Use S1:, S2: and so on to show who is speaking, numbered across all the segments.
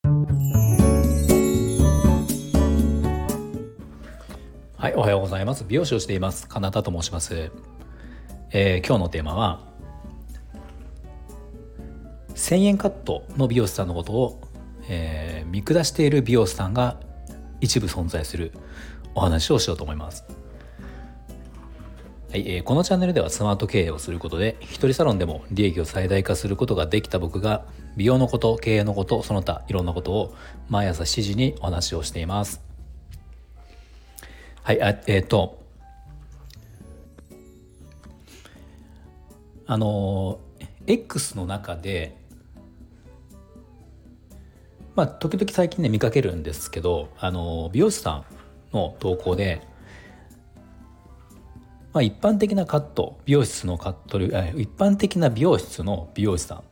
S1: はい、おはようございます。美容師をしています金田と申します。今日のテーマは1000円カットの美容師さんのことを、見下している美容師さんが一部存在するお話をしようと思います。はい、このチャンネルではスマート経営をすることで一人サロンでも利益を最大化することができた僕が美容のこと、経営のこと、その他いろんなことを毎朝7時にお話をしています。はい、X の中で時々最近ね見かけるんですけど、美容師さんの投稿で、一般的なカット美容室のカット一般的な美容室の美容師さ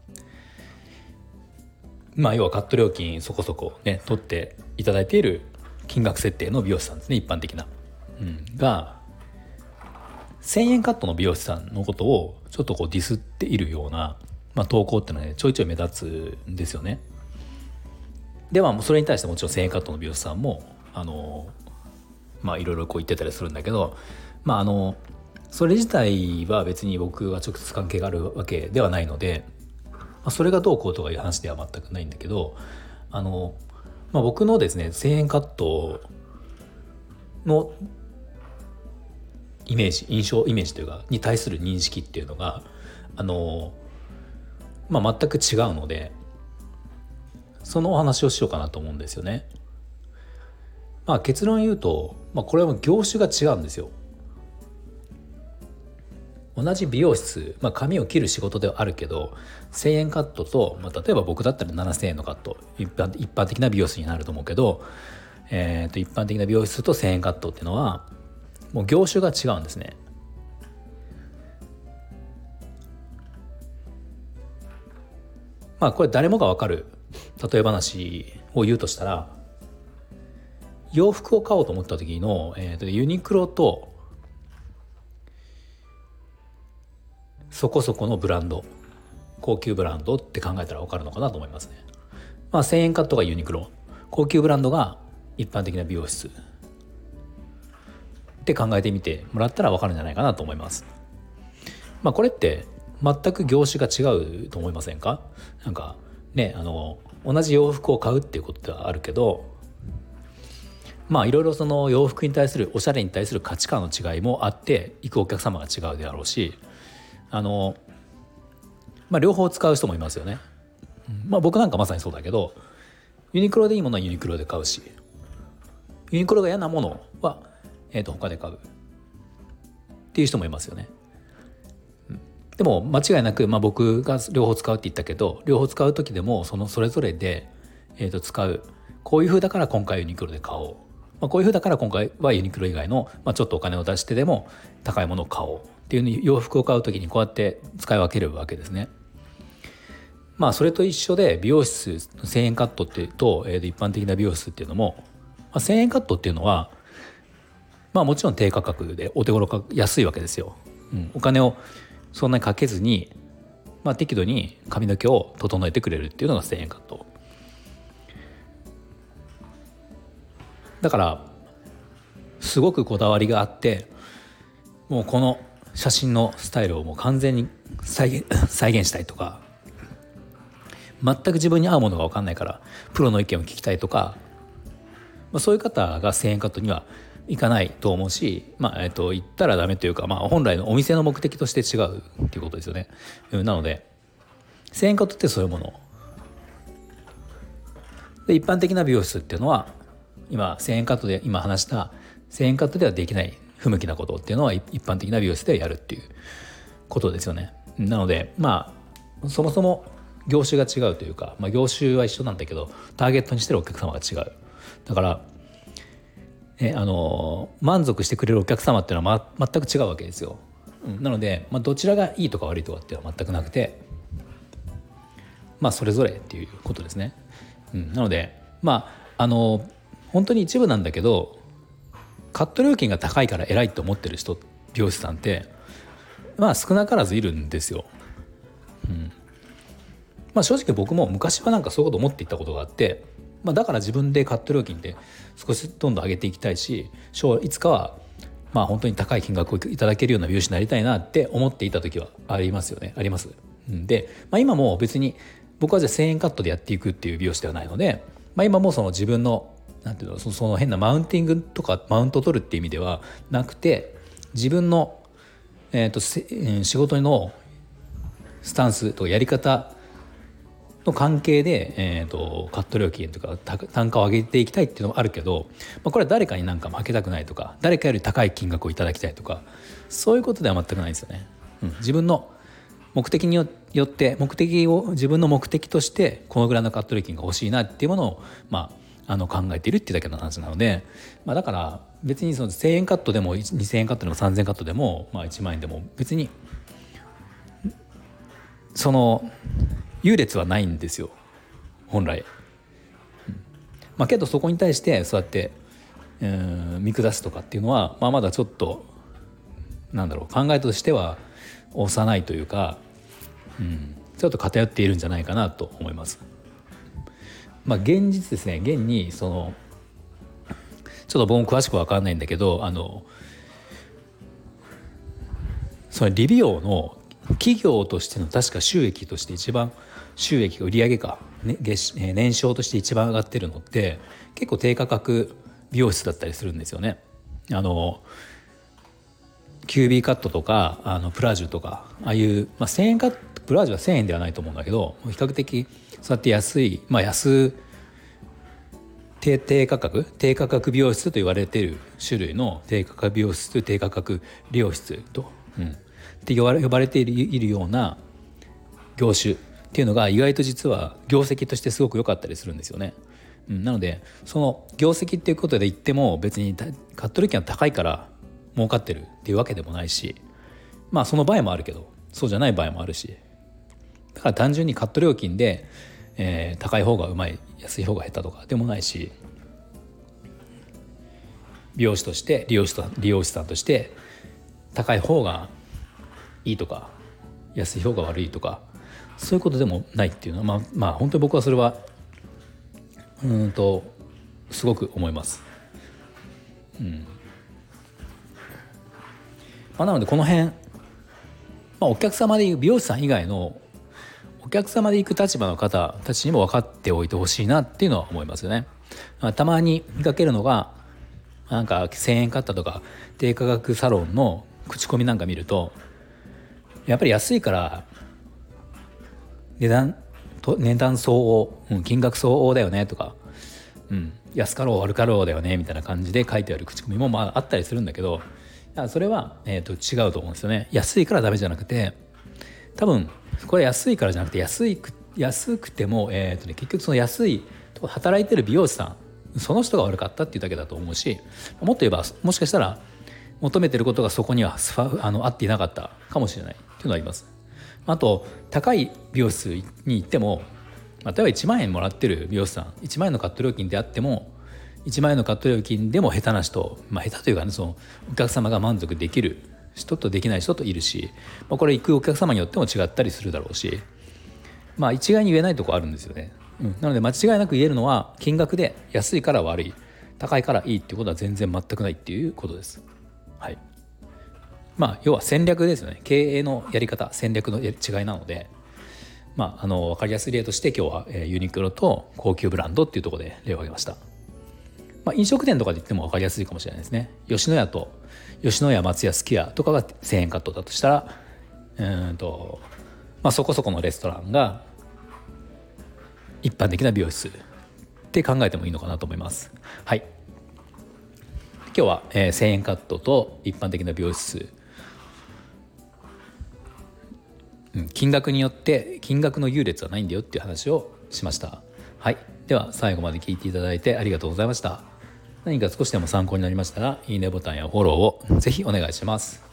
S1: ん、要はカット料金そこそこね取っていただいている金額設定の美容師さんですね、一般的な、が1000円カットの美容師さんのことをちょっとディスっているような、投稿っていうのはねちょいちょい目立つんですよね。でそれに対してもちろん1000円カットの美容師さんもいろいろ言ってたりするんだけど、それ自体は別に僕は直接関係があるわけではないので、それがどうこうとかいう話では全くないんだけど、僕のですね1000円カットのイメージというかに対する認識っていうのが全く違うので、そのお話をしようかなと思うんですよね。結論言うと、これは業種が違うんですよ。同じ美容室、髪を切る仕事ではあるけど1000円カットと、例えば僕だったら7000円のカット、一般的な美容室になると思うけど、一般的な美容室と1000円カットっていうのはもう業種が違うんですね。これ誰もが分かる例え話を言うとしたら、洋服を買おうと思った時の、ユニクロとそこそこのブランド、高級ブランドって考えたら分かるのかなと思いますね。1000円カットがユニクロ、高級ブランドが一般的な美容室って考えてみてもらったら分かるんじゃないかなと思います。これって全く業種が違うと思いませんか？なんかね、同じ洋服を買うっていうことではあるけど、いろいろその洋服に対するおしゃれに対する価値観の違いもあって行くお客様が違うであろうし、両方使う人もいますよね。僕なんかまさにそうだけど、ユニクロでいいものはユニクロで買うし、ユニクロが嫌なものは、他で買うっていう人もいますよね。でも間違いなく、僕が両方使うって言ったけど、両方使う時でもそれぞれで、使う、こういう風だから今回ユニクロで買おう、こういう風だから今回はユニクロ以外の、ちょっとお金を出してでも高いものを買おうっていう、洋服を買う時にこうやって使い分けるわけですね。それと一緒で美容室1000円カットっていうと、一般的な美容室っていうのも、1000円カットっていうのはもちろん低価格でお手頃か安いわけですよ。お金をそんなにかけずに、適度に髪の毛を整えてくれるっていうのが1000円カットだから、すごくこだわりがあって、もうこの写真のスタイルをもう完全に再現したいとか、全く自分に合うものが分かんないからプロの意見を聞きたいとか、そういう方が1000円カットにはいかないと思うし、言ったらダメというか、本来のお店の目的として違うっていうことですよね。なので1000円カットってそういうもので、一般的な美容室っていうのは今1000円カットで今話した1000円カットではできない不向きなことっていうのは一般的な美容室でやるっていうことですよね。なのでそもそも業種が違うというか、業種は一緒なんだけどターゲットにしてるお客様が違う。だから満足してくれるお客様っていうのは、全く違うわけですよ。なので、どちらがいいとか悪いとかっていうのは全くなくて、それぞれっていうことですね。なので本当に一部なんだけど、カット料金が高いから偉いと思ってる人、美容師さんって少なからずいるんですよ。正直僕も昔はそういうこと思っていたことがあって、 だから自分でカット料金って少しどんどん上げていきたいし、いつかは本当に高い金額をいただけるような美容師になりたいなって思っていた時はありますよね。あります。で、今も別に僕はじゃあ1000円カットでやっていくっていう美容師ではないので、今もその自分のなんていうの、その変なマウンティングとかマウントを取るっていう意味ではなくて、自分の、仕事のスタンスとかやり方の関係で、カット料金とか単価を上げていきたいっていうのもあるけど、これは誰かになんか負けたくないとか、誰かより高い金額をいただきたいとか、そういうことでは全くないですよね。自分の目的によって自分の目的としてこのぐらいのカット料金が欲しいなっていうものを考えているっていうだけの話なので、だから別にその1000円カットでも2000円カットでも3000円カットでも、1万円でも別にその優劣はないんですよ本来。けどそこに対してそうやって見下すとかっていうのは、まだちょっと考えとしては幼いというか、ちょっと偏っているんじゃないかなと思います。現実ですね、現にちょっと僕も詳しく分かんないんだけど、その理美容の企業としての確か収益として一番収益が売上か、年商として一番上がってるのって結構低価格美容室だったりするんですよね。QB カットとかプラージュとか、ああいう1000円カット、プラージュは1000円ではないと思うんだけど、比較的そうやって安い、低価格美容室と言われている種類の低価格美容室、低価格理容室と、って呼ばれているような業種っていうのが意外と実は業績としてすごく良かったりするんですよね。なのでその業績っていうことで言っても別にカット料金が高いから儲かってるっていうわけでもないし、その場合もあるけどそうじゃない場合もあるし、だから単純にカット料金で、高い方がうまい安い方が下手とかでもないし、美容師として理容師さんとして高い方がいいとか安い方が悪いとかそういうことでもないっていうのは本当に僕はそれはすごく思います。なのでこの辺、お客様でいう美容師さん以外のお客様で行く立場の方たちにも分かっておいてほしいなっていうのは思いますよね。たまに見かけるのが1000円買ったとか低価格サロンの口コミなんか見ると、やっぱり安いから値段相応、金額相応だよねとか、安かろう悪かろうだよねみたいな感じで書いてある口コミもあったりするんだけど、それは、違うと思うんですよね。安いからダメじゃなくて、多分これ安いからじゃなくて安くても、結局その安いとこ働いてる美容師さんその人が悪かったっていうだけだと思うし、もっと言えばもしかしたら求めてることがそこには合っていなかったかもしれないっていうのはあります。あと高い美容室に行っても、例えば1万円もらってる美容師さん、1万円のカット料金であっても1万円のカット料金でも下手な人、下手というかね、そのお客様が満足できる人とできない人といるし、これ行くお客様によっても違ったりするだろうし、一概に言えないところあるんですよね。なので間違いなく言えるのは、金額で安いから悪い、高いからいいっていうことは全然全くないっていうことです。はい。要は戦略ですよね。経営のやり方、戦略の違いなので、分かりやすい例として今日はユニクロと高級ブランドっていうところで例を挙げました。飲食店とかで言っても分かりやすいかもしれないですね。吉野家、松屋、すき家とかが1000円カットだとしたら、そこそこのレストランが一般的な美容室って考えてもいいのかなと思います。はい。今日は、1000円カットと一般的な美容室、金額によって金額の優劣はないんだよっていう話をしました。はい。では最後まで聞いていただいてありがとうございました。何か少しでも参考になりましたらいいねボタンやフォローをぜひお願いします。